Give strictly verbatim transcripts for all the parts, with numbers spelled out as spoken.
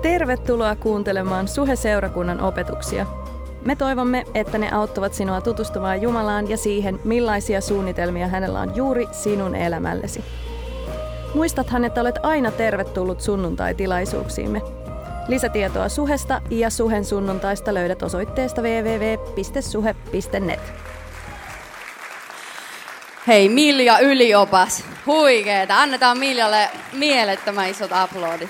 Tervetuloa kuuntelemaan Suhe-seurakunnan opetuksia. Me toivomme, että ne auttavat sinua tutustumaan Jumalaan ja siihen, millaisia suunnitelmia hänellä on juuri sinun elämällesi. Muistathan, että olet aina tervetullut sunnuntai-tilaisuuksiimme. Lisätietoa Suhesta ja Suhen sunnuntaista löydät osoitteesta double-u double-u double-u piste suhe piste net. Hei, Milja yliopas. Huikeeta. Annetaan Miljalle mielettömän isot aplodit.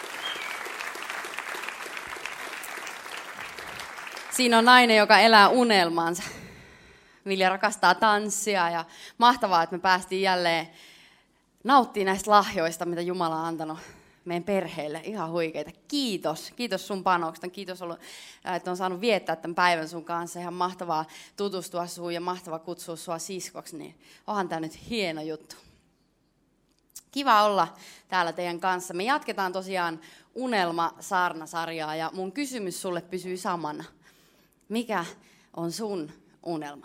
Siinä on nainen, joka elää unelmansa. Milja rakastaa tanssia ja mahtavaa, että me päästiin jälleen nauttimaan näistä lahjoista, mitä Jumala on antanut meidän perheelle. Ihan huikeita. Kiitos. Kiitos sun panoksesta. Kiitos, ollut, että on saanut viettää tämän päivän sun kanssa. Ihan mahtavaa tutustua suun ja mahtavaa kutsua sua siskoksi. Niin onhan tämä nyt hieno juttu. Kiva olla täällä teidän kanssa. Me jatketaan tosiaan Unelma-saarnasarjaa ja mun kysymys sulle pysyy samana. Mikä on sun unelma?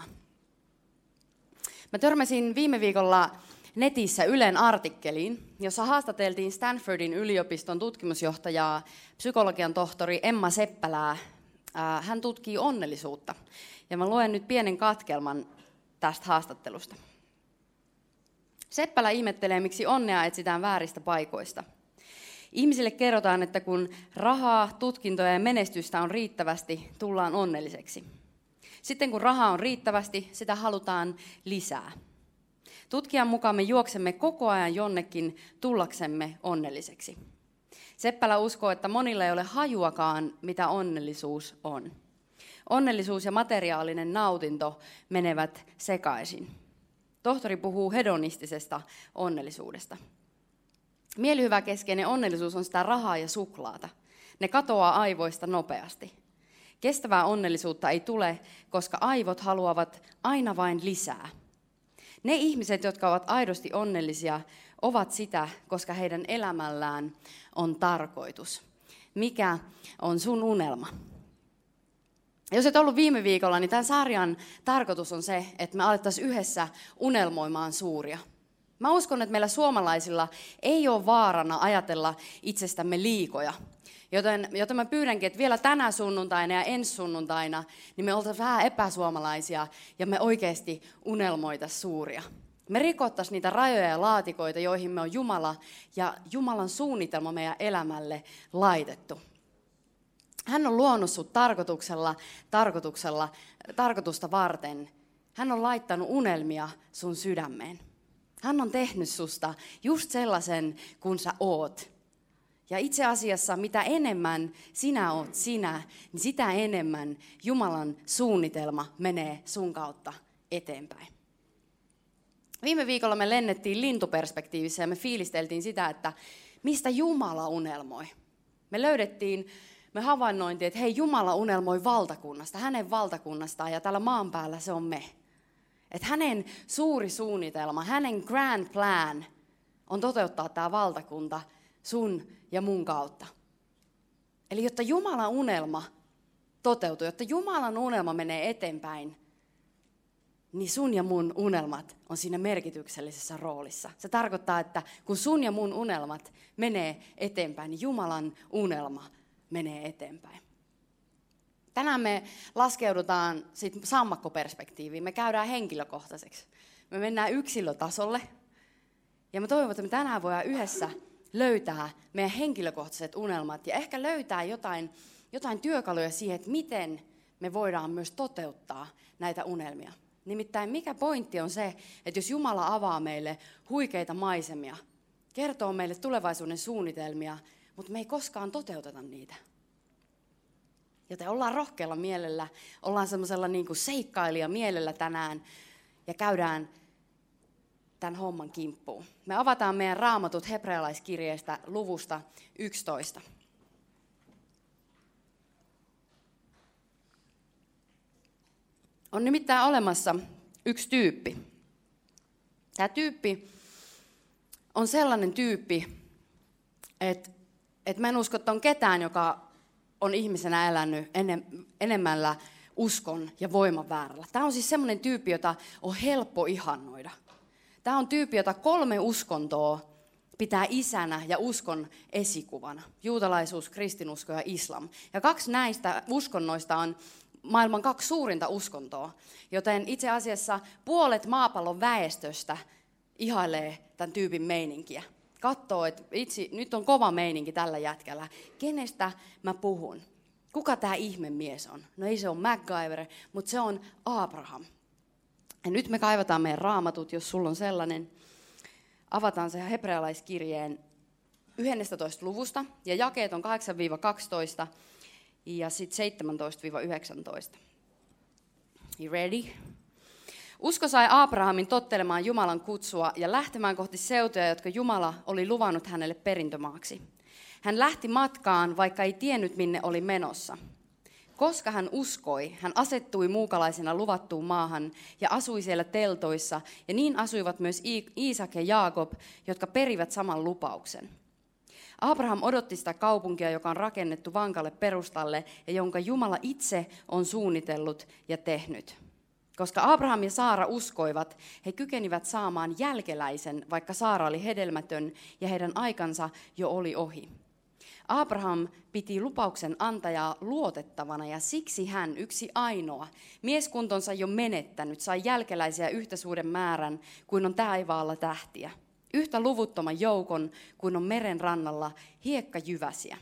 Mä törmäsin viime viikolla netissä Ylen artikkeliin, jossa haastateltiin Stanfordin yliopiston tutkimusjohtajaa, psykologian tohtori Emma Seppälää. Hän tutkii onnellisuutta. Ja mä luen nyt pienen katkelman tästä haastattelusta. Seppälä ihmettelee, miksi onnea etsitään vääristä paikoista. Ihmisille kerrotaan, että kun rahaa, tutkintoja ja menestystä on riittävästi, tullaan onnelliseksi. Sitten kun rahaa on riittävästi, sitä halutaan lisää. Tutkijan mukaan me juoksemme koko ajan jonnekin tullaksemme onnelliseksi. Seppälä uskoo, että monilla ei ole hajuakaan, mitä onnellisuus on. Onnellisuus ja materiaalinen nautinto menevät sekaisin. Tohtori puhuu hedonistisesta onnellisuudesta. Mielihyväkeskeinen onnellisuus on sitä rahaa ja suklaata. Ne katoaa aivoista nopeasti. Kestävää onnellisuutta ei tule, koska aivot haluavat aina vain lisää. Ne ihmiset, jotka ovat aidosti onnellisia, ovat sitä, koska heidän elämällään on tarkoitus. Mikä on sun unelma? Jos et ollut viime viikolla, niin tämän sarjan tarkoitus on se, että me alettaisiin yhdessä unelmoimaan suuria. Mä uskon, että meillä suomalaisilla ei ole vaarana ajatella itsestämme liikoja. Joten, joten mä pyydänkin, että vielä tänä sunnuntaina ja ensi sunnuntaina, niin me oltaisiin vähän epäsuomalaisia ja me oikeasti unelmoitaisiin suuria. Me rikottaisiin niitä rajoja ja laatikoita, joihin me on Jumala ja Jumalan suunnitelma meidän elämälle laitettu. Hän on luonut sut tarkoituksella, tarkoituksella, tarkoitusta varten. Hän on laittanut unelmia sun sydämeen. Hän on tehnyt susta just sellaisen, kun sä oot. Ja itse asiassa, mitä enemmän sinä oot sinä, niin sitä enemmän Jumalan suunnitelma menee sun kautta eteenpäin. Viime viikolla me lennettiin lintuperspektiivissä ja me fiilisteltiin sitä, että mistä Jumala unelmoi. Me löydettiin, me havainnointiin, että hei, Jumala unelmoi valtakunnasta, hänen valtakunnastaan ja täällä maan päällä se on me. Että hänen suuri suunnitelma, hänen grand plan on toteuttaa tämä valtakunta sun ja mun kautta. Eli jotta Jumalan unelma toteutuu, jotta Jumalan unelma menee eteenpäin, niin sun ja mun unelmat on siinä merkityksellisessä roolissa. Se tarkoittaa, että kun sun ja mun unelmat menee eteenpäin, niin Jumalan unelma menee eteenpäin. Tänään me laskeudutaan sit sammakkoperspektiiviin. Me käydään henkilökohtaiseksi. Me mennään yksilötasolle. Ja mä toivon, että me tänään voidaan yhdessä löytää meidän henkilökohtaiset unelmat. Ja ehkä löytää jotain, jotain työkaluja siihen, että miten me voidaan myös toteuttaa näitä unelmia. Nimittäin mikä pointti on se, että jos Jumala avaa meille huikeita maisemia, kertoo meille tulevaisuuden suunnitelmia, mutta me ei koskaan toteuteta niitä. Joten ollaan rohkealla mielellä, ollaan semmoisella niin kuin seikkailija mielellä tänään ja käydään tämän homman kimppuun. Me avataan meidän raamatut hebrealaiskirjeestä luvusta yksitoista. On nimittäin olemassa yksi tyyppi. Tämä tyyppi on sellainen tyyppi, että, että mä en usko, että on ketään, joka on ihmisenä elänyt enemmällä uskon ja voiman väärällä. Tämä on siis semmoinen tyyppi, jota on helppo ihannoida. Tämä on tyyppi, jota kolme uskontoa pitää isänä ja uskon esikuvana. Juutalaisuus, kristinusko ja islam. Ja kaksi näistä uskonnoista on maailman kaksi suurinta uskontoa, joten itse asiassa puolet maapallon väestöstä ihailee tämän tyypin meininkiä. Katsoo, että itse, nyt on kova meininki tällä jätkällä. Kenestä mä puhun? Kuka tämä ihmemies on? No ei se ole MacGyver, mutta se on Abraham. Ja nyt me kaivataan meidän raamatut, jos sulla on sellainen. Avataan se hebrealaiskirjeen yhdestoista luvusta, ja jakeet on kahdeksan kaksitoista ja sitten seitsemäntoista yhdeksäntoista. You ready? Usko sai Abrahamin tottelemaan Jumalan kutsua ja lähtemään kohti seutuja, jotka Jumala oli luvannut hänelle perintömaaksi. Hän lähti matkaan, vaikka ei tiennyt, minne oli menossa. Koska hän uskoi, hän asettui muukalaisena luvattuun maahan ja asui siellä teltoissa, ja niin asuivat myös Iisak ja Jaakob, jotka perivät saman lupauksen. Abraham odotti sitä kaupunkia, joka on rakennettu vankalle perustalle ja jonka Jumala itse on suunnitellut ja tehnyt. Koska Abraham ja Saara uskoivat, he kykenivät saamaan jälkeläisen, vaikka Saara oli hedelmätön ja heidän aikansa jo oli ohi. Abraham piti lupauksen antajaa luotettavana ja siksi hän, yksi ainoa, mieskuntonsa jo menettänyt, sai jälkeläisiä yhtä suuren määrän kuin on taivaalla tähtiä. Yhtä luvuttoman joukon kuin on meren rannalla hiekkajyväsiä.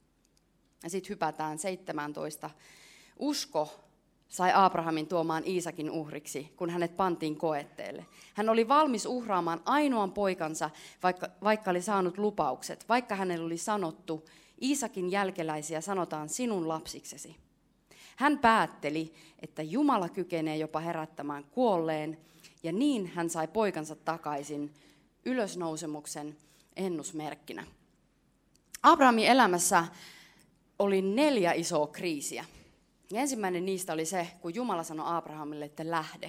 Ja sitten hypätään seitsemäntoista. Usko sai Abrahamin tuomaan Iisakin uhriksi, kun hänet pantiin koetteelle. Hän oli valmis uhraamaan ainoan poikansa, vaikka, vaikka oli saanut lupaukset, vaikka hänelle oli sanottu, Iisakin jälkeläisiä sanotaan sinun lapsiksesi. Hän päätteli, että Jumala kykenee jopa herättämään kuolleen, ja niin hän sai poikansa takaisin ylösnousemuksen ennusmerkkinä. Abrahamin elämässä oli neljä isoa kriisiä. Ja ensimmäinen niistä oli se, kun Jumala sanoi Abrahamille, että lähde.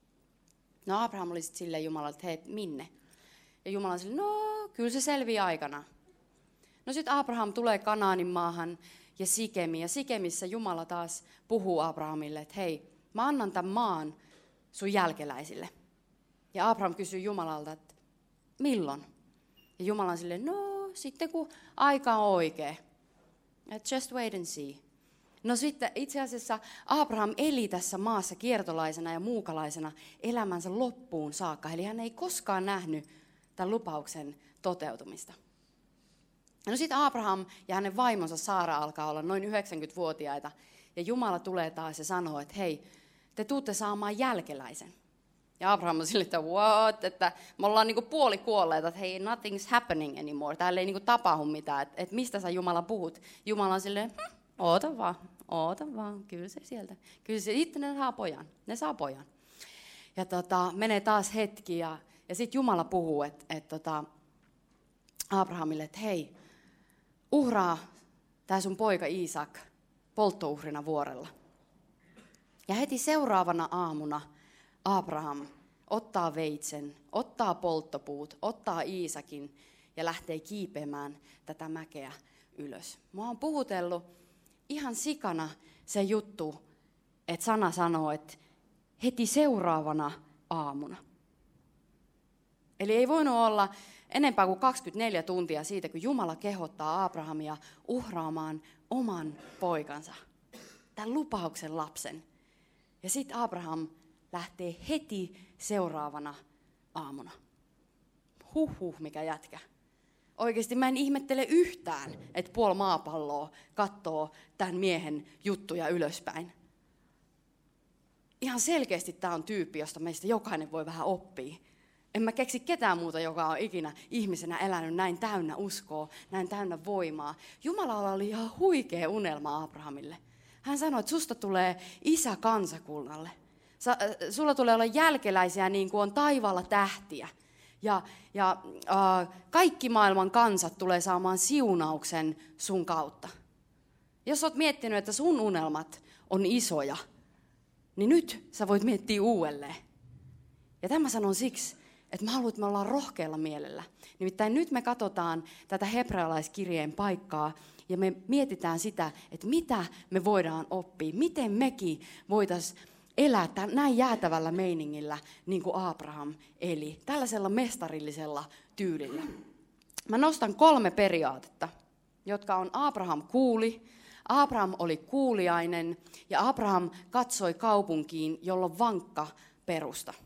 No Abraham oli sitten silleen Jumalalle, että hei, minne? Ja Jumala oli silleen, no kyllä se selviää aikana. No sitten Abraham tulee Kanaanin maahan ja Sikemiin. Ja Sikemissä Jumala taas puhuu Abrahamille, että hei, mä annan tämän maan sun jälkeläisille. Ja Abraham kysyy Jumalalta, että milloin? Ja Jumala on silleen, no sitten kun aika on oikea. Just wait and see. No sitten itse asiassa Abraham eli tässä maassa kiertolaisena ja muukalaisena elämänsä loppuun saakka. Eli hän ei koskaan nähnyt tämän lupauksen toteutumista. No sitten Abraham ja hänen vaimonsa Saara alkaa olla noin yhdeksänkymmentävuotiaita. Ja Jumala tulee taas ja sanoo, että hei, te tuutte saamaan jälkeläisen. Ja Abraham on silleen, että what, että me ollaan niinku puoli kuolleita, että hei, nothing's happening anymore. Täällä ei niinku tapahdu mitään, että, että mistä sä Jumala puhut. Jumala on silleen, hm, oota vaan, oota vaan, kyllä se sieltä. Kyllä se itse ne saa pojan, ne saa pojan. Ja tota, menee taas hetki ja, ja sitten Jumala puhuu että, että tota, Abrahamille, että hei, uhraa tää sun poika Iisak polttouhrina vuorella. Ja heti seuraavana aamuna Abraham ottaa veitsen, ottaa polttopuut, ottaa Iisakin ja lähtee kiipeämään tätä mäkeä ylös. Mä oon puhutellut ihan sikana se juttu, että sana sanoo, että heti seuraavana aamuna. Eli ei voinut olla enempää kuin kaksikymmentäneljä tuntia siitä, kun Jumala kehottaa Abrahamia uhraamaan oman poikansa, tämän lupauksen lapsen. Ja sitten Abraham lähtee heti seuraavana aamuna. Huhhuh, mikä jätkä. Oikeasti mä en ihmettele yhtään, että puoli maapalloa katsoo tämän miehen juttuja ylöspäin. Ihan selkeästi tämä on tyyppi, josta meistä jokainen voi vähän oppia. En mä keksi ketään muuta, joka on ikinä ihmisenä elänyt näin täynnä uskoa, näin täynnä voimaa. Jumalalla oli ihan huikea unelma Abrahamille. Hän sanoi, että susta tulee isä kansakunnalle. Sulla tulee olla jälkeläisiä niin kuin on taivaalla tähtiä. Ja, ja äh, kaikki maailman kansat tulee saamaan siunauksen sun kautta. Jos olet miettinyt, että sun unelmat on isoja, niin nyt sä voit miettiä uudelleen. Ja tämä sanon siksi, että mä haluan, että me ollaan rohkealla mielellä. Nimittäin nyt me katsotaan tätä hebrealaiskirjeen paikkaa ja me mietitään sitä, että mitä me voidaan oppia. Miten mekin voitaisiin elää näin jäätävällä meiningillä, niin kuin Abraham eli. Tällaisella mestarillisella tyylillä. mä nostan kolme periaatetta, jotka on Abraham kuuli, Abraham oli kuuliainen ja Abraham katsoi kaupunkiin, jolla on vankka perusta.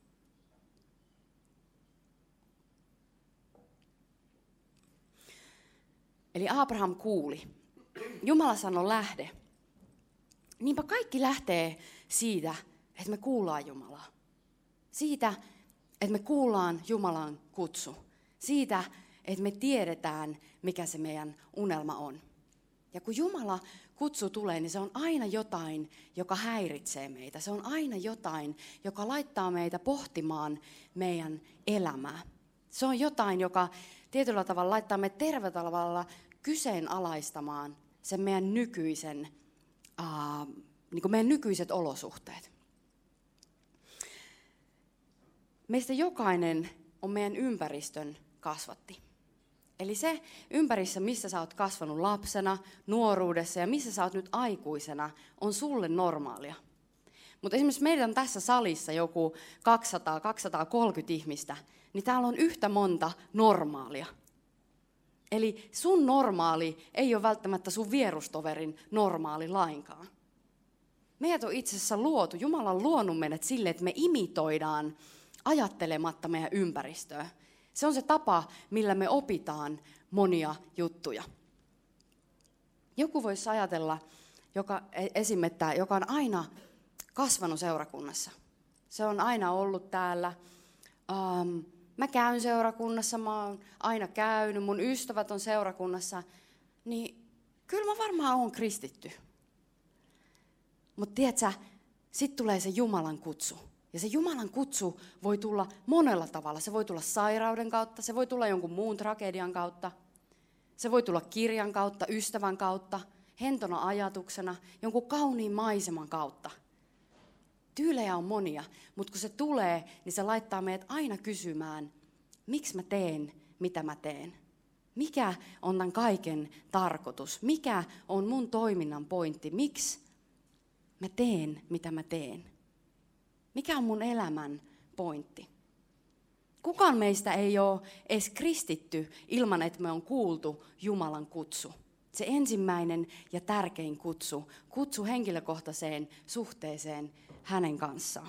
Eli Abraham kuuli. Jumala sanoi lähde. Niinpä kaikki lähtee siitä, että me kuullaan Jumalaa. Siitä, että me kuullaan Jumalan kutsu. Siitä, että me tiedetään, mikä se meidän unelma on. Ja kun Jumala kutsu tulee, niin se on aina jotain, joka häiritsee meitä. Se on aina jotain, joka laittaa meitä pohtimaan meidän elämää. Se on jotain, joka tietyllä tavalla laittaa meitä terveellä tavalla kyseenalaistamaan sen meidän nykyisen, uh, niin kuin meidän nykyiset olosuhteet. Meistä jokainen on meidän ympäristön kasvatti. Eli se ympäristö, missä sä oot kasvanut lapsena, nuoruudessa ja missä sä oot nyt aikuisena, on sulle normaalia. Mutta esimerkiksi meidän tässä salissa joku kaksisataa kaksisataakolmekymmentä ihmistä, niin täällä on yhtä monta normaalia. Eli sun normaali ei ole välttämättä sun vierustoverin normaali lainkaan. Meidät on itse asiassa luotu, Jumala on luonut meidät sille, että me imitoidaan ajattelematta meidän ympäristöä. Se on se tapa, millä me opitaan monia juttuja. Joku voisi ajatella, joka, esimerkiksi, joka on aina kasvanut seurakunnassa. Se on aina ollut täällä. Um, mä käyn seurakunnassa, mä oon aina käynyt, mun ystävät on seurakunnassa. Niin kyllä mä varmaan oon kristitty. Mutta tiedätkö, sitten tulee se Jumalan kutsu. Ja se Jumalan kutsu voi tulla monella tavalla. Se voi tulla sairauden kautta, se voi tulla jonkun muun tragedian kautta. Se voi tulla kirjan kautta, ystävän kautta, hentona ajatuksena, jonkun kauniin maiseman kautta. Tyylejä on monia, mutta kun se tulee, niin se laittaa meidät aina kysymään, miksi mä teen, mitä mä teen. Mikä on tämän kaiken tarkoitus? Mikä on mun toiminnan pointti? Miksi mä teen, mitä mä teen? Mikä on mun elämän pointti? Kukaan meistä ei ole edes kristitty ilman, että me on kuultu Jumalan kutsu. Se ensimmäinen ja tärkein kutsu, kutsu henkilökohtaiseen suhteeseen hänen kanssaan.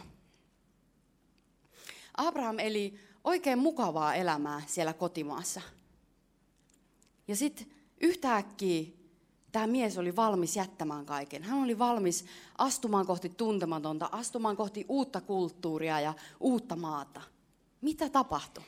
Abraham eli oikein mukavaa elämää siellä kotimaassa. Ja sitten yhtäkkiä tämä mies oli valmis jättämään kaiken. Hän oli valmis astumaan kohti tuntematonta, astumaan kohti uutta kulttuuria ja uutta maata. Mitä tapahtui?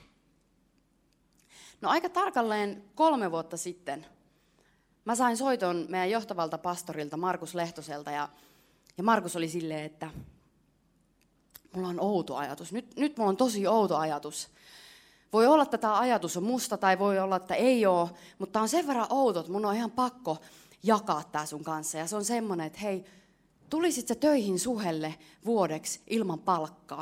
No aika tarkalleen kolme vuotta sitten mä sain soiton meidän johtavalta pastorilta Markus Lehtoselta ja, ja Markus oli silleen, että mulla on outo ajatus. Nyt, nyt mulla on tosi outo ajatus. Voi olla, että tämä ajatus on musta tai voi olla, että ei ole, mutta tämä on sen verran outo, että mun on ihan pakko jakaa tämä sun kanssa. Ja se on semmoinen, että hei, tulisit sä töihin Suhelle vuodeksi ilman palkkaa?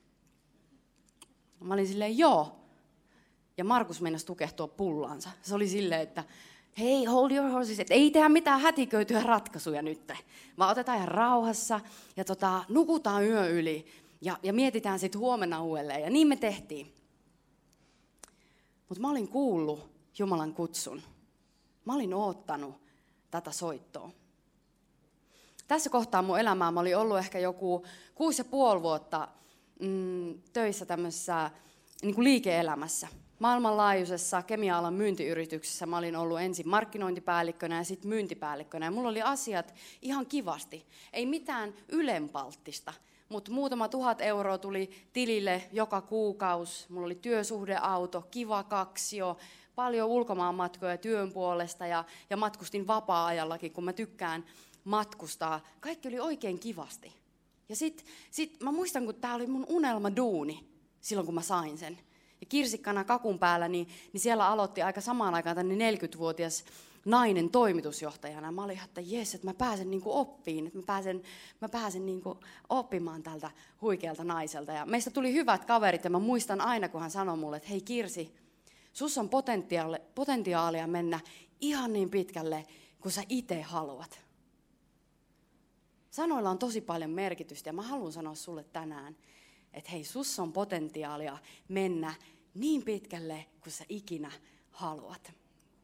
Mä olin silleen, joo. Ja Markus meinasi tukehtua pullaansa. Se oli silleen, että hei, hold your horses, että ei tehdä mitään hätiköityjä ratkaisuja nyt, vaan otetaan ihan rauhassa ja tota, nukutaan yö yli ja, ja mietitään sitten huomenna uudelleen. Ja niin me tehtiin. Mutta mä olin kuullut Jumalan kutsun. Mä olin oottanut tätä soittoa. Tässä kohtaa mun elämää mä olin ollut ehkä joku kuusi ja puoli vuotta mm, töissä tämmöisessä niin kuin liike-elämässä. Maailmanlaajuisessa kemia-alan myyntiyrityksessä mä olin ollut ensin markkinointipäällikkönä ja sitten myyntipäällikkönä. Ja mulla oli asiat ihan kivasti. Ei mitään ylenpalttista, mutta muutama tuhat euroa tuli tilille joka kuukausi. Mulla oli työsuhdeauto, kiva kaksio, paljon ulkomaanmatkoja työn puolesta ja, ja matkustin vapaa-ajallakin, kun mä tykkään matkustaa. Kaikki oli oikein kivasti. Ja sitten sit mä muistan, kun tää oli mun unelmaduuni silloin, kun mä sain sen. Ja kirsikkana kakun päällä, niin, niin siellä aloitti aika samaan aikaan tänne neljäkymmentävuotias nainen toimitusjohtajana. Mä olin, että jes, että mä pääsen niinku oppiin, että mä pääsen, mä pääsen niinku oppimaan tältä huikealta naiselta. Ja meistä tuli hyvät kaverit ja mä muistan aina, kun hän sanoi mulle, että hei Kirsi, sus on potentiaalia, potentiaalia mennä ihan niin pitkälle, kuin sä itse haluat. Sanoilla on tosi paljon merkitystä ja mä haluan sanoa sulle tänään, että hei, sus on potentiaalia mennä niin pitkälle, kuin sä ikinä haluat.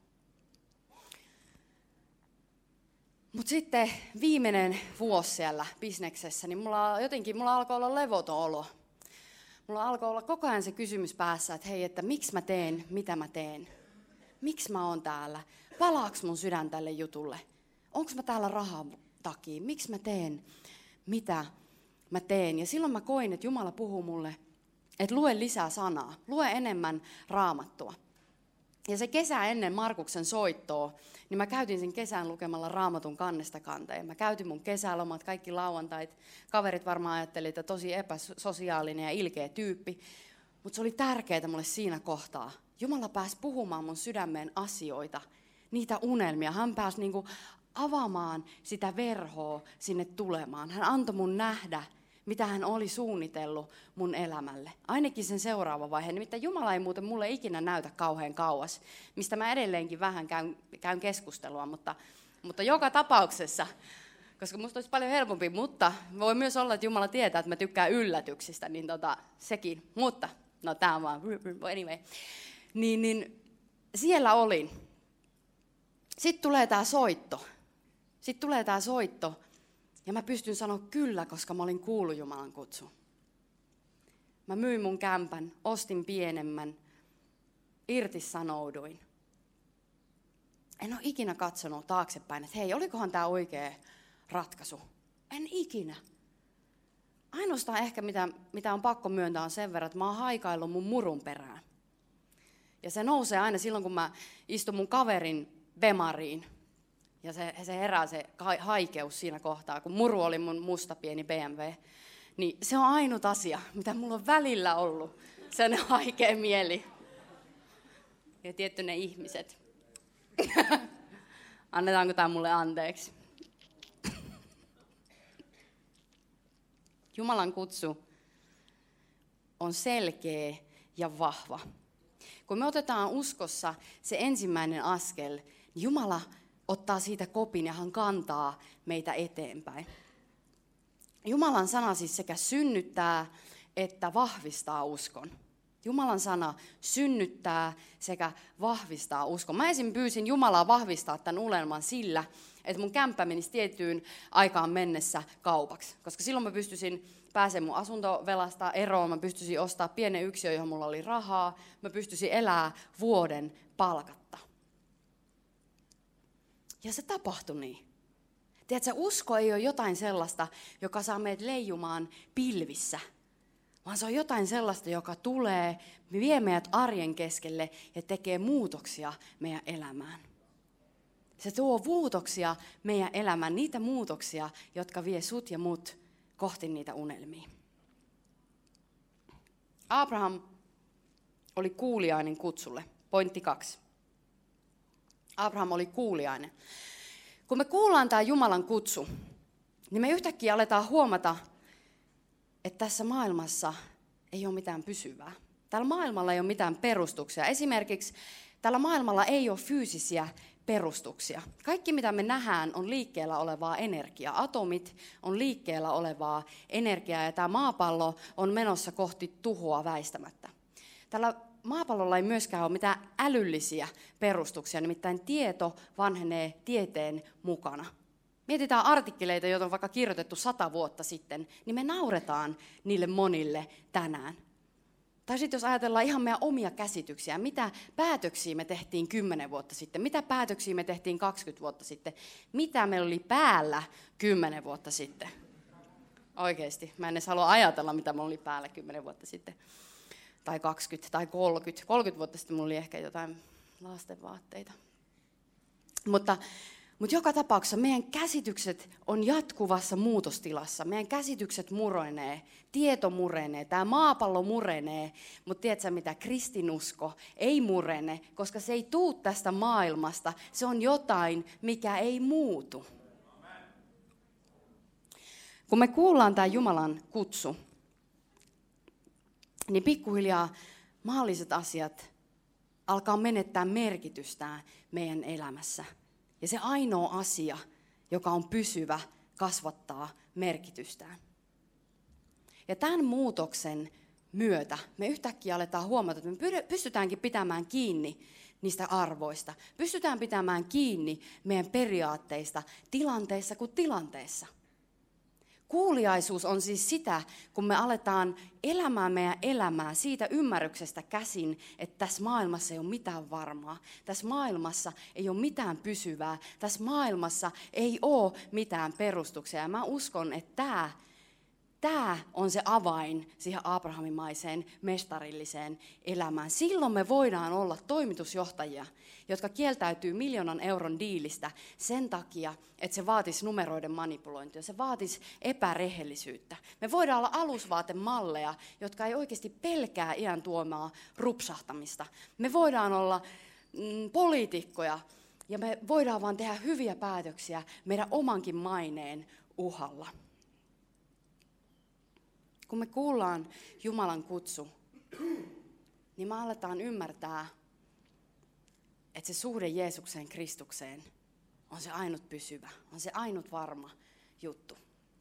Mutta sitten viimeinen vuosi siellä bisneksessä, niin mulla jotenkin mulla alkoi olla levoton olo. Mulla alkoi olla koko ajan se kysymys päässä, että hei, että miksi mä teen, mitä mä teen? Miksi mä oon täällä? Palaaks mun sydän tälle jutulle? Onko mä täällä rahan takia? Miksi mä teen, mitä mä teen? Ja silloin mä koin, että Jumala puhuu mulle, että lue lisää sanaa, lue enemmän Raamattua. Ja se kesä ennen Markuksen soittoa, niin mä käytin sen kesän lukemalla Raamatun kannesta kanteen. Mä käytin mun kesälomat, kaikki lauantait. Kaverit varmaan ajattelivat, että tosi epäsosiaalinen ja ilkeä tyyppi. Mutta se oli tärkeää mulle siinä kohtaa. Jumala pääsi puhumaan mun sydämeen asioita, niitä unelmia. Hän pääsi niinku avaamaan sitä verhoa sinne tulemaan. Hän antoi mun nähdä, mitä hän oli suunnitellut mun elämälle. Ainakin sen seuraava vaihe. Nimittäin Jumala ei muuten mulle ikinä näytä kauhean kauas, mistä mä edelleenkin vähän käyn, käyn keskustelua, mutta, mutta joka tapauksessa, koska musta olisi paljon helpompi, mutta voi myös olla, että Jumala tietää, että mä tykkään yllätyksistä, niin tota, sekin. Mutta, no tää on vaan, anyway. Niin, niin siellä olin. Sitten tulee tää soitto. Sitten tulee tää soitto. Ja mä pystyn sanoa kyllä, koska mä olin kuullut Jumalan kutsun. Mä myin mun kämpän, ostin pienemmän, irtisanouduin. En ole ikinä katsonut taaksepäin, että hei, olikohan tää oikea ratkaisu? En ikinä. Ainoastaan ehkä, mitä, mitä on pakko myöntää, on sen verran, että mä oon haikaillut mun murun perään. Ja se nousee aina silloin, kun mä istun mun kaverin bemariin. Ja se, se herää se haikeus siinä kohtaa, kun muru oli mun musta pieni B M W. Niin se on ainut asia, mitä mulla on välillä ollut. Se on haikea mieli. Ja tietty ne ihmiset. Annetaanko tämä mulle anteeksi? Jumalan kutsu on selkeä ja vahva. Kun me otetaan uskossa se ensimmäinen askel, niin Jumala ottaa siitä kopin ja hän kantaa meitä eteenpäin. Jumalan sana siis sekä synnyttää että vahvistaa uskon. Jumalan sana synnyttää sekä vahvistaa uskon. Mä esim. Pyysin Jumalaa vahvistaa tämän unelman sillä, että mun kämppä menisi tiettyyn aikaan mennessä kaupaksi. Koska silloin mä pystyisin pääsemään mun asuntovelasta eroon, mä pystyisin ostamaan pienen yksiön, johon mulla oli rahaa, mä pystyisin elämään vuoden palkatta. Ja se tapahtui niin. Tiedätkö, usko ei ole jotain sellaista, joka saa meidät leijumaan pilvissä, vaan se on jotain sellaista, joka tulee, vie meidät arjen keskelle ja tekee muutoksia meidän elämään. Se tuo muutoksia meidän elämään, niitä muutoksia, jotka vie sut ja mut kohti niitä unelmia. Abraham oli kuuliainen kutsulle. Pointti kaksi. Abraham oli kuuliainen. Kun me kuullaan tämä Jumalan kutsu, niin me yhtäkkiä aletaan huomata, että tässä maailmassa ei ole mitään pysyvää. Tällä maailmalla ei ole mitään perustuksia. Esimerkiksi tällä maailmalla ei ole fyysisiä perustuksia. Kaikki, mitä me nähdään, on liikkeellä olevaa energiaa. Atomit on liikkeellä olevaa energiaa ja tämä maapallo on menossa kohti tuhoa väistämättä. Tällä maapallolla ei myöskään ole mitään älyllisiä perustuksia, nimittäin tieto vanhenee tieteen mukana. Mietitään artikkeleita, joita on vaikka kirjoitettu sata vuotta sitten, niin me nauretaan niille monille tänään. Tai sitten jos ajatellaan ihan meidän omia käsityksiä, mitä päätöksiä me tehtiin kymmenen vuotta sitten, mitä päätöksiä me tehtiin kaksikymmentä vuotta sitten, mitä meillä oli päällä kymmenen vuotta sitten. Oikeasti, mä en edes halua ajatella, mitä meillä oli päällä kymmenen vuotta sitten. Tai kaksikymmentä tai kolmekymmentä. kolmekymmentä vuotta sitten mulla oli ehkä jotain lastenvaatteita. Mutta, mutta joka tapauksessa meidän käsitykset on jatkuvassa muutostilassa. Meidän käsitykset murenee, tieto murenee, tämä maapallo murenee. Mutta tiedätkö mitä, kristinusko ei murene, koska se ei tuu tästä maailmasta. Se on jotain, mikä ei muutu. Kun me kuullaan tämä Jumalan kutsu, niin pikkuhiljaa maalliset asiat alkaa menettää merkitystään meidän elämässä. Ja se ainoa asia, joka on pysyvä, kasvattaa merkitystään. Ja tämän muutoksen myötä me yhtäkkiä aletaan huomata, että me pystytäänkin pitämään kiinni niistä arvoista. Pystytään pitämään kiinni meidän periaatteista tilanteessa kuin tilanteessa. Kuuliaisuus on siis sitä, kun me aletaan elämään meidän elämää siitä ymmärryksestä käsin, että tässä maailmassa ei ole mitään varmaa. Tässä maailmassa ei ole mitään pysyvää. Tässä maailmassa ei ole mitään perustuksia. Ja mä uskon, että tämä Tämä on se avain siihen abrahamimaiseen mestarilliseen elämään. Silloin me voidaan olla toimitusjohtajia, jotka kieltäytyy miljoonan euron diilistä sen takia, että se vaatisi numeroiden manipulointia, se vaatisi epärehellisyyttä. Me voidaan olla alusvaatemalleja, jotka ei oikeasti pelkää iän tuomaa rupsahtamista. Me voidaan olla mm, poliitikkoja ja me voidaan vaan tehdä hyviä päätöksiä meidän omankin maineen uhalla. Kun me kuullaan Jumalan kutsu, niin me aletaan ymmärtää, että se suhde Jeesukseen, Kristukseen on se ainut pysyvä, on se ainut varma juttu.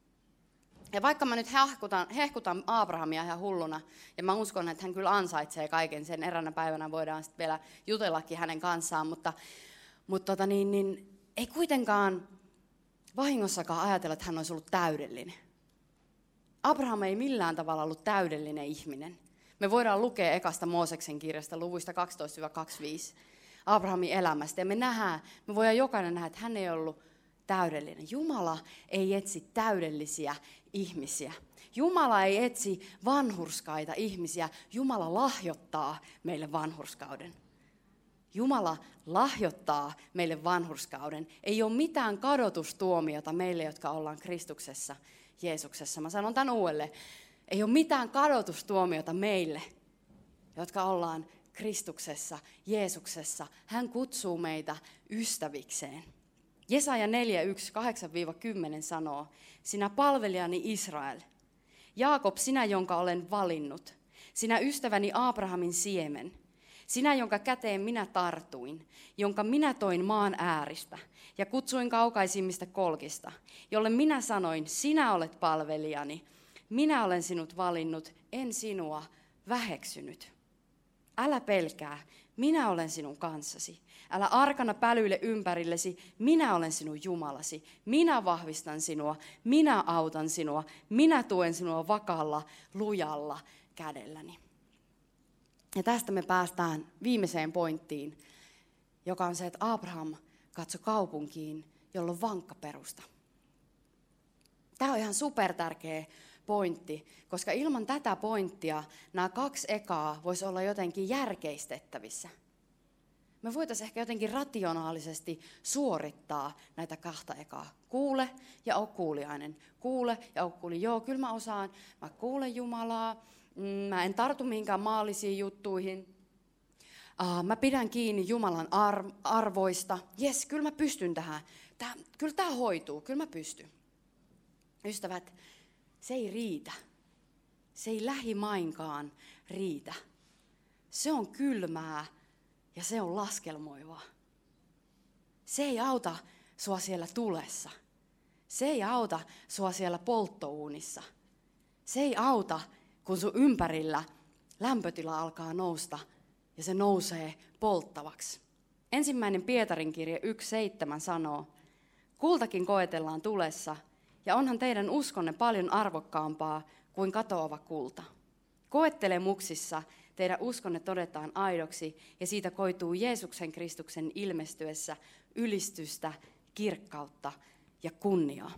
Ja vaikka mä nyt hehkutan, hehkutan Abrahamia ihan hulluna, ja mä uskon, että hän kyllä ansaitsee kaiken sen, eräänä päivänä voidaan sitten vielä jutellakin hänen kanssaan, mutta, mutta tota niin, niin, ei kuitenkaan vahingossakaan ajatella, että hän olisi ollut täydellinen. Abraham ei millään tavalla ollut täydellinen ihminen. Me voidaan lukea ekasta Mooseksen kirjasta luvuista kaksitoista kaksikymmentäviisi Abrahamin elämästä. Ja me nähdään, me voidaan jokainen nähdä, että hän ei ollut täydellinen. Jumala ei etsi täydellisiä ihmisiä. Jumala ei etsi vanhurskaita ihmisiä. Jumala lahjoittaa meille vanhurskauden. Jumala lahjoittaa meille vanhurskauden. Ei ole mitään kadotustuomiota meille, jotka ollaan Kristuksessa, Jeesuksessa. Mä sanon tämän uudelleen. Ei ole mitään kadotustuomiota meille, jotka ollaan Kristuksessa, Jeesuksessa. Hän kutsuu meitä ystävikseen. Jesaja neljä yksi kahdeksan kymmenen sanoo, sinä palvelijani Israel, Jaakob, sinä, jonka olen valinnut, sinä ystäväni Abrahamin siemen, sinä, jonka käteen minä tartuin, jonka minä toin maan ääristä ja kutsuin kaukaisimmista kolkista, jolle minä sanoin, sinä olet palvelijani, minä olen sinut valinnut, en sinua väheksynyt. Älä pelkää, minä olen sinun kanssasi. Älä arkana pälyille ympärillesi, minä olen sinun Jumalasi. Minä vahvistan sinua, minä autan sinua, minä tuen sinua vakaalla, lujalla kädelläni. Ja tästä me päästään viimeiseen pointtiin, joka on se, että Abraham katsoi kaupunkiin, jolla on vankka perusta. Tämä on ihan supertärkeä pointti, koska ilman tätä pointtia nämä kaksi ekaa voisi olla jotenkin järkeistettävissä. Me voitaisiin ehkä jotenkin rationaalisesti suorittaa näitä kahta ekaa. Kuule ja ole kuuliainen. Kuule ja ole kuuliainen. Joo, kyllä mä osaan. Mä kuulen Jumalaa. Mä en tartu mihinkään maallisiin juttuihin. Mä pidän kiinni Jumalan arvoista. Jes, kyllä mä pystyn tähän. Tää, kyllä tämä hoituu. Kyllä mä pystyn. Ystävät, se ei riitä. Se ei lähimainkaan riitä. Se on kylmää ja se on laskelmoivaa. Se ei auta sua siellä tulessa. Se ei auta sua siellä polttouunissa. Se ei auta, kun sun ympärillä lämpötila alkaa nousta ja se nousee polttavaksi. Ensimmäinen Pietarin kirje yksi seitsemän sanoo, kultakin koetellaan tulessa, ja onhan teidän uskonne paljon arvokkaampaa kuin katoava kulta. Koettelemuksissa teidän uskonne todetaan aidoksi, ja siitä koituu Jeesuksen Kristuksen ilmestyessä ylistystä, kirkkautta ja kunniaa.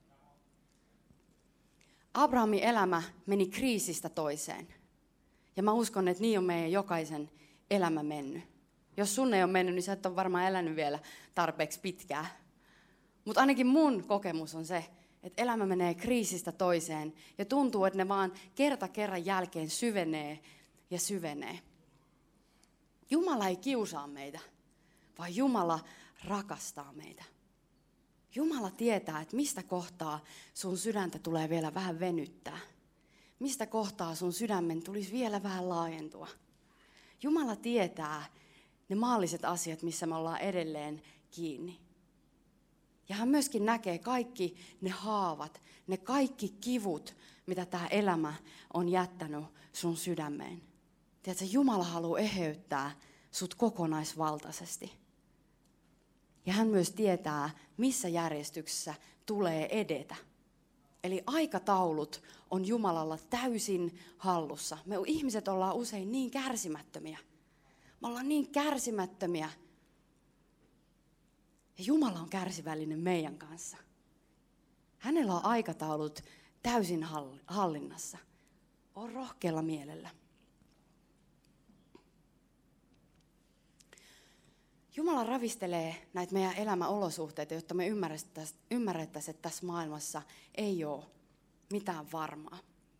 Abrahamin elämä meni kriisistä toiseen. Ja mä uskon, että niin on meidän jokaisen elämä mennyt. Jos sun ei ole mennyt, niin sä et ole varmaan elänyt vielä tarpeeksi pitkään. Mutta ainakin mun kokemus on se, että elämä menee kriisistä toiseen ja tuntuu, että ne vaan kerta kerran jälkeen syvenee ja syvenee. Jumala ei kiusaa meitä, vaan Jumala rakastaa meitä. Jumala tietää, että mistä kohtaa sun sydäntä tulee vielä vähän venyttää. Mistä kohtaa sun sydämen tulisi vielä vähän laajentua. Jumala tietää ne maalliset asiat, missä me ollaan edelleen kiinni. Ja hän myöskin näkee kaikki ne haavat, ne kaikki kivut, mitä tämä elämä on jättänyt sun sydämeen. Tiedätkö, Jumala haluaa eheyttää sut kokonaisvaltaisesti. Ja hän myös tietää, missä järjestyksessä tulee edetä. Eli aikataulut on Jumalalla täysin hallussa. Me ihmiset ollaan usein niin kärsimättömiä. Me ollaan niin kärsimättömiä. Ja Jumala on kärsivällinen meidän kanssa. Hänellä on aikataulut täysin hallinnassa. On rohkealla mielellä. Jumala ravistelee näitä meidän elämäolosuhteita, jotta me ymmärrettäisiin, että tässä maailmassa ei ole mitään varmaa.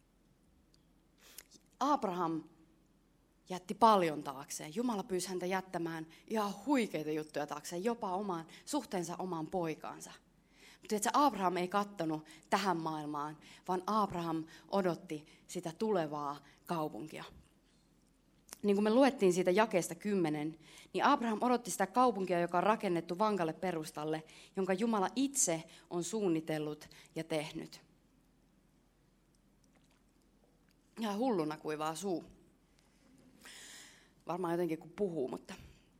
Abraham jätti paljon taakseen. Jumala pyysi häntä jättämään ihan huikeita juttuja taakseen, jopa omaan, suhteensa omaan poikaansa. Mutta että Abraham ei kattonut tähän maailmaan, vaan Abraham odotti sitä tulevaa kaupunkia. Niin kuin me luettiin siitä jakeesta kymmenen, niin Abraham odotti sitä kaupunkia, joka on rakennettu vankalle perustalle, jonka Jumala itse on suunnitellut ja tehnyt. Ihan hulluna kuivaa suu. Varmaan jotenkin kun puhuu, mutta...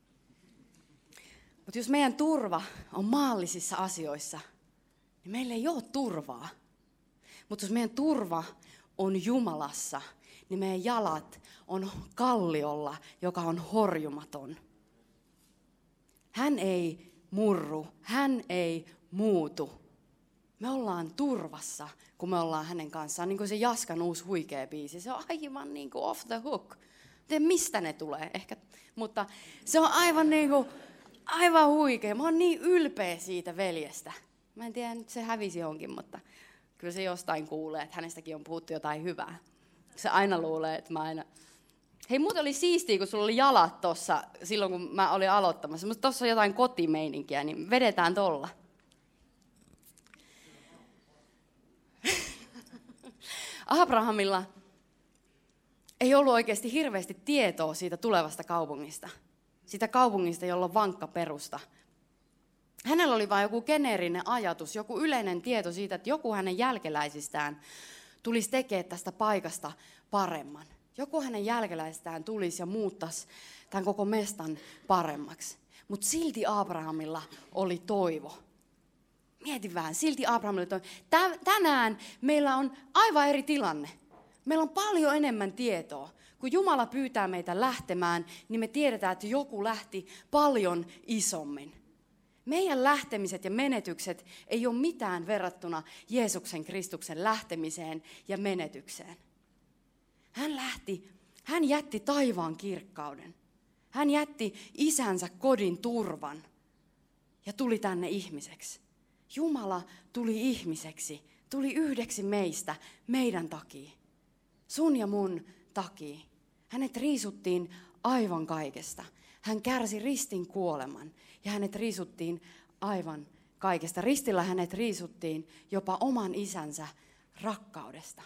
Mutta jos meidän turva on maallisissa asioissa, niin meillä ei ole turvaa. Mutta jos meidän turva on Jumalassa, niin meidän jalat on kalliolla, joka on horjumaton. Hän ei murru, hän ei muutu. Me ollaan turvassa, kun me ollaan hänen kanssaan. Niin kuin se Jaskan uusi huikea biisi, se on aivan niin kuin off the hook. Tiedän, mistä ne tulee ehkä, mutta se on aivan niin kuin, aivan huikea. Mä oon niin ylpeä siitä veljestä. Mä en tiedä, nyt se hävisi johonkin, mutta kyllä se jostain kuulee, että hänestäkin on puhuttu jotain hyvää. Se aina luulee, että mä aina... Hei, muuten oli siistiä, kun sulla oli jalat tossa silloin, kun mä olin aloittamassa. Mutta tossa on jotain kotimeininkiä, niin vedetään tolla. Abrahamilla ei ollut oikeasti hirveästi tietoa siitä tulevasta kaupungista. Siitä kaupungista, jolla on vankka perusta. Hänellä oli vain joku geneerinen ajatus, joku yleinen tieto siitä, että joku hänen jälkeläisistään tulisi tekemään tästä paikasta paremman. Joku hänen jälkeläisistään tulisi ja muuttaisi tämän koko mestan paremmaksi. Mutta silti Abrahamilla oli toivo. Mieti vähän, silti Abrahamilla oli toivo. Tänään meillä on aivan eri tilanne. Meillä on paljon enemmän tietoa. Kun Jumala pyytää meitä lähtemään, niin me tiedetään, että joku lähti paljon isommin. Meidän lähtemiset ja menetykset ei ole mitään verrattuna Jeesuksen Kristuksen lähtemiseen ja menetykseen. Hän lähti, hän jätti taivaan kirkkauden. Hän jätti isänsä kodin turvan ja tuli tänne ihmiseksi. Jumala tuli ihmiseksi, tuli yhdeksi meistä, meidän takia. Sun ja mun takia. Hänet riisuttiin aivan kaikesta. Hän kärsi ristin kuoleman ja hänet riisuttiin aivan kaikesta. Ristillä hänet riisuttiin jopa oman isänsä rakkaudesta.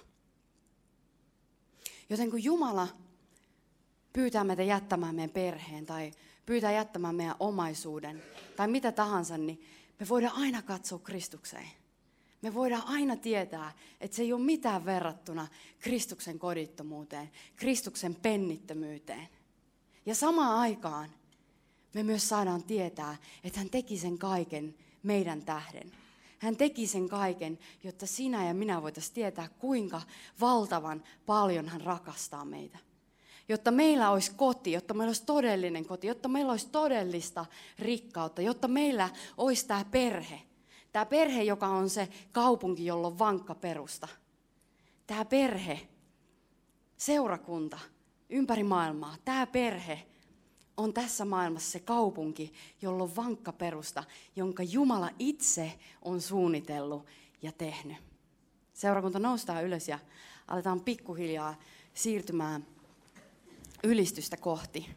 Joten kun Jumala pyytää meitä jättämään meidän perheen tai pyytää jättämään meidän omaisuuden tai mitä tahansa, niin me voidaan aina katsoa Kristukseen. Me voidaan aina tietää, että se ei ole mitään verrattuna Kristuksen kodittomuuteen, Kristuksen pennittömyyteen. Ja samaan aikaan me myös saadaan tietää, että hän teki sen kaiken meidän tähden. Hän teki sen kaiken, jotta sinä ja minä voitaisiin tietää, kuinka valtavan paljon hän rakastaa meitä. Jotta meillä olisi koti, jotta meillä olisi todellinen koti, jotta meillä olisi todellista rikkautta, jotta meillä olisi tämä perhe. Tämä perhe, joka on se kaupunki, jolla on vankka perusta. Tämä perhe, seurakunta ympäri maailmaa, tämä perhe on tässä maailmassa se kaupunki, jolla on vankka perusta, jonka Jumala itse on suunnitellut ja tehnyt. Seurakunta noustaan ylös ja aletaan pikkuhiljaa siirtymään ylistystä kohti.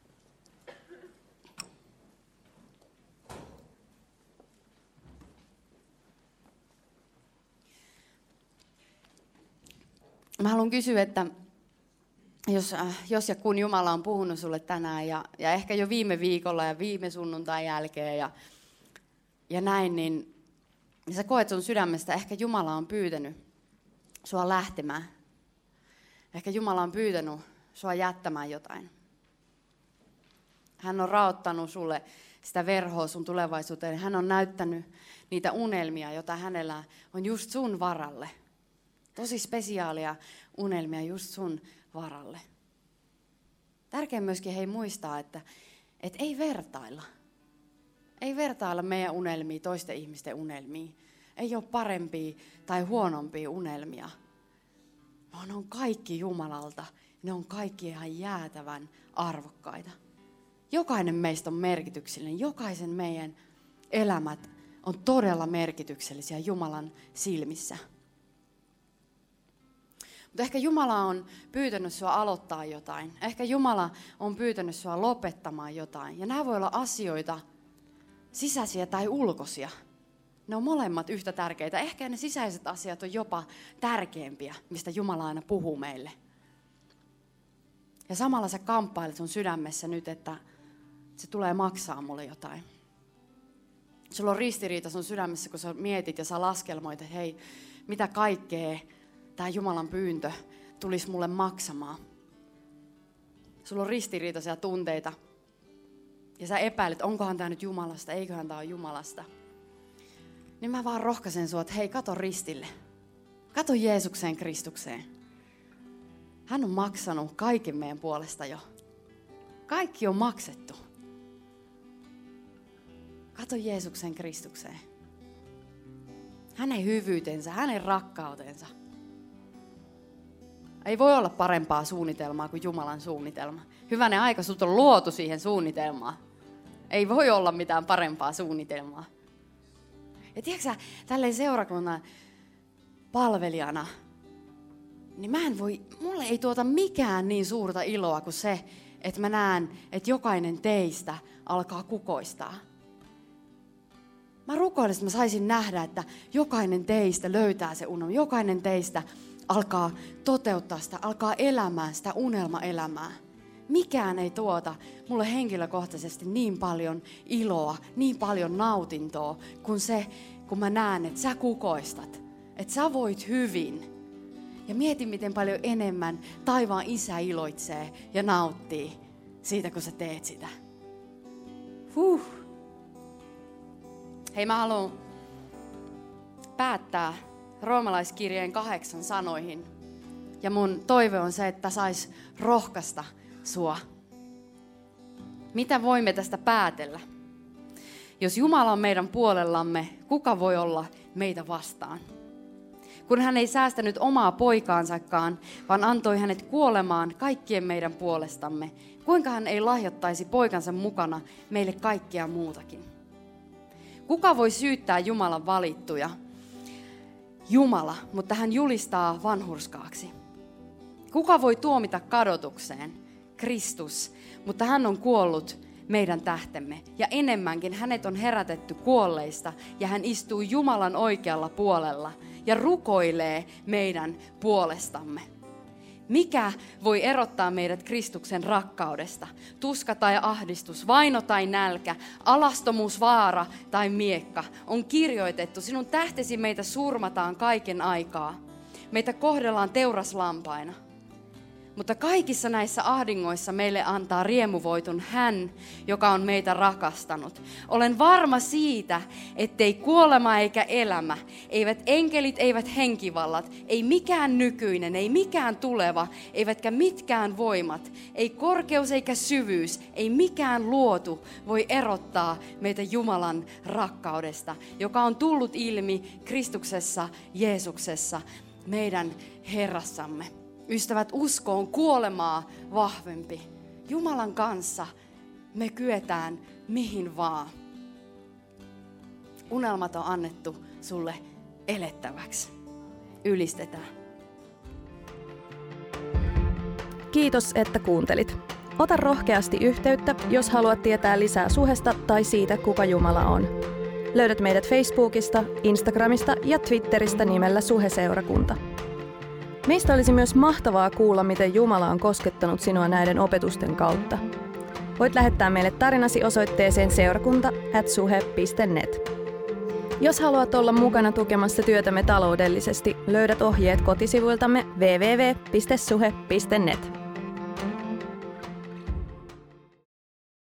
Mä haluan kysyä, että jos, äh, jos ja kun Jumala on puhunut sulle tänään ja, ja ehkä jo viime viikolla ja viime sunnuntain jälkeen ja, ja näin, niin ja sä koet sun sydämestä, ehkä Jumala on pyytänyt sua lähtemään. Ehkä Jumala on pyytänyt sua jättämään jotain. Hän on raottanut sulle sitä verhoa sun tulevaisuuteen. Hän on näyttänyt niitä unelmia, joita hänellä on just sun varalle. Tosi spesiaalia unelmia just sun varalle. Tärkeää myöskin hei muistaa, että, että ei vertailla. Ei vertailla meidän unelmia toisten ihmisten unelmiin. Ei ole parempia tai huonompia unelmia. Vaan ne on kaikki Jumalalta. Ne on kaikki ihan jäätävän arvokkaita. Jokainen meistä on merkityksellinen. Jokaisen meidän elämät on todella merkityksellisiä Jumalan silmissä. Mutta ehkä Jumala on pyytänyt sua aloittaa jotain. Ehkä Jumala on pyytänyt sua lopettamaan jotain. Ja nämä voi olla asioita, sisäisiä tai ulkoisia. Ne on molemmat yhtä tärkeitä. Ehkä ne sisäiset asiat on jopa tärkeämpiä, mistä Jumala aina puhuu meille. Ja samalla sä kamppailet sun sydämessä nyt, että se tulee maksaa mulle jotain. Sulla on ristiriita sun sydämessä, kun sä mietit ja sä laskelmoit, että hei, mitä kaikkea tämä Jumalan pyyntö tulisi mulle maksamaan. Sulla on ristiriitaisia tunteita. Ja sä epäilet, onkohan tämä nyt Jumalasta, eiköhän tämä ole Jumalasta. Niin mä vaan rohkaisen sua, että hei, kato ristille. Kato Jeesukseen, Kristukseen. Hän on maksanut kaiken meidän puolesta jo. Kaikki on maksettu. Kato Jeesuksen Kristukseen. Hänen hyvyytensä, hänen rakkautensa. Ei voi olla parempaa suunnitelmaa kuin Jumalan suunnitelma. Hyvänen aika, sut on luotu siihen suunnitelmaan. Ei voi olla mitään parempaa suunnitelmaa. Ja tiedätkö sä, tälleen seurakunnan palvelijana, niin mä en voi, mulle ei tuota mikään niin suurta iloa kuin se, että mä näen, että jokainen teistä alkaa kukoistaa. Mä rukoilen, että mä saisin nähdä, että jokainen teistä löytää se unelma. Jokainen teistä alkaa toteuttaa sitä, alkaa elämään sitä unelmaelämää. Mikään ei tuota mulle henkilökohtaisesti niin paljon iloa, niin paljon nautintoa, kuin se, kun mä näen, että sä kukoistat, että sä voit hyvin. Ja mieti, miten paljon enemmän taivaan Isä iloitsee ja nauttii siitä, kun sä teet sitä. Huh. Hei, mä haluan päättää roomalaiskirjeen kahdeksan sanoihin. Ja mun toive on se, että sais rohkaista sua. Mitä voimme tästä päätellä? Jos Jumala on meidän puolellamme, kuka voi olla meitä vastaan? Kun hän ei säästänyt omaa poikaansakaan, vaan antoi hänet kuolemaan kaikkien meidän puolestamme, kuinka hän ei lahjoittaisi poikansa mukana meille kaikkea muutakin? Kuka voi syyttää Jumalan valittuja? Jumala, mutta hän julistaa vanhurskaaksi. Kuka voi tuomita kadotukseen? Kristus, mutta hän on kuollut meidän tähtemme. Ja enemmänkin hänet on herätetty kuolleista ja hän istuu Jumalan oikealla puolella ja rukoilee meidän puolestamme. Mikä voi erottaa meidät Kristuksen rakkaudesta? Tuska tai ahdistus, vaino tai nälkä, alastomuus, vaara tai miekka. On kirjoitettu, sinun tähtesi meitä surmataan kaiken aikaa. Meitä kohdellaan teuraslampaina. Mutta kaikissa näissä ahdingoissa meille antaa riemuvoitun hän, joka on meitä rakastanut. Olen varma siitä, ettei kuolema eikä elämä, eivät enkelit, eivät henkivallat, ei mikään nykyinen, ei mikään tuleva, eivätkä mitkään voimat, ei korkeus eikä syvyys, ei mikään luotu voi erottaa meitä Jumalan rakkaudesta, joka on tullut ilmi Kristuksessa, Jeesuksessa, meidän Herrassamme. Ystävät, usko on kuolemaa vahvempi. Jumalan kanssa me kyetään mihin vaan. Unelmat on annettu sulle elettäväksi. Ylistetään. Kiitos, että kuuntelit. Ota rohkeasti yhteyttä, jos haluat tietää lisää Suhesta tai siitä, kuka Jumala on. Löydät meidät Facebookista, Instagramista ja Twitteristä nimellä Suhe-seurakunta. Meistä olisi myös mahtavaa kuulla, miten Jumala on koskettanut sinua näiden opetusten kautta. Voit lähettää meille tarinasi osoitteeseen seurakunta ät suhe piste net. Jos haluat olla mukana tukemassa työtämme taloudellisesti, löydät ohjeet kotisivuiltamme double-u double-u double-u piste suhe piste net.